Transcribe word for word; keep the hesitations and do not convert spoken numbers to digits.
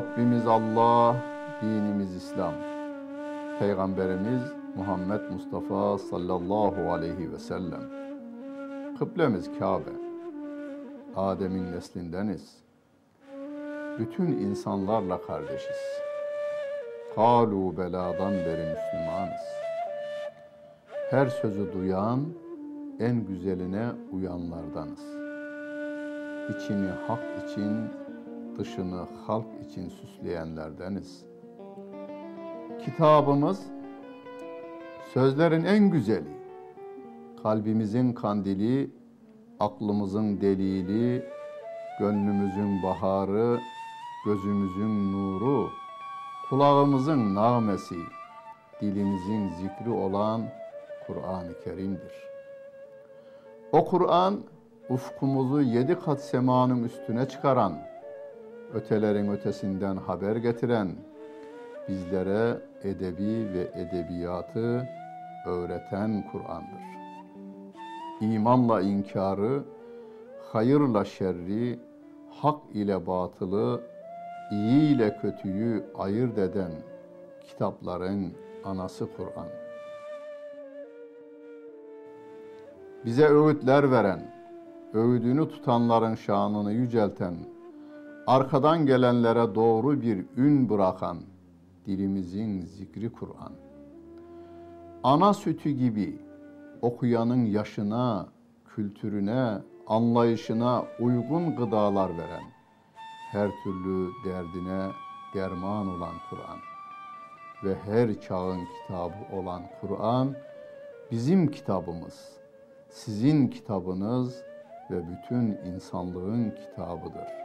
Rabbimiz Allah, dinimiz İslam. Peygamberimiz Muhammed Mustafa sallallahu aleyhi ve sellem. Kıblemiz Kabe. Adem'in neslindeniz. Bütün insanlarla kardeşiz. Kalu beladan beri Müslümanız. Her sözü duyan, en güzeline uyanlardanız. İçini hak için, dışını halk için süsleyenlerdeniz. Kitabımız, sözlerin en güzeli, kalbimizin kandili, aklımızın delili, gönlümüzün baharı, gözümüzün nuru, kulağımızın nağmesi, dilimizin zikri olan Kur'an-ı Kerim'dir. O Kur'an, ufkumuzu yedi kat semanın üstüne çıkaran, ötelerin ötesinden haber getiren, bizlere edebi ve edebiyatı öğreten Kur'an'dır. İmanla inkarı, hayırla şerri, hak ile batılı, iyi ile kötüyü ayırt eden kitapların anası Kur'an. Bize öğütler veren, öğüdünü tutanların şanını yücelten, arkadan gelenlere doğru bir ün bırakan, dilimizin zikri Kur'an. Ana sütü gibi okuyanın yaşına, kültürüne, anlayışına uygun gıdalar veren, her türlü derdine derman olan Kur'an ve her çağın kitabı olan Kur'an bizim kitabımız, sizin kitabınız ve bütün insanlığın kitabıdır.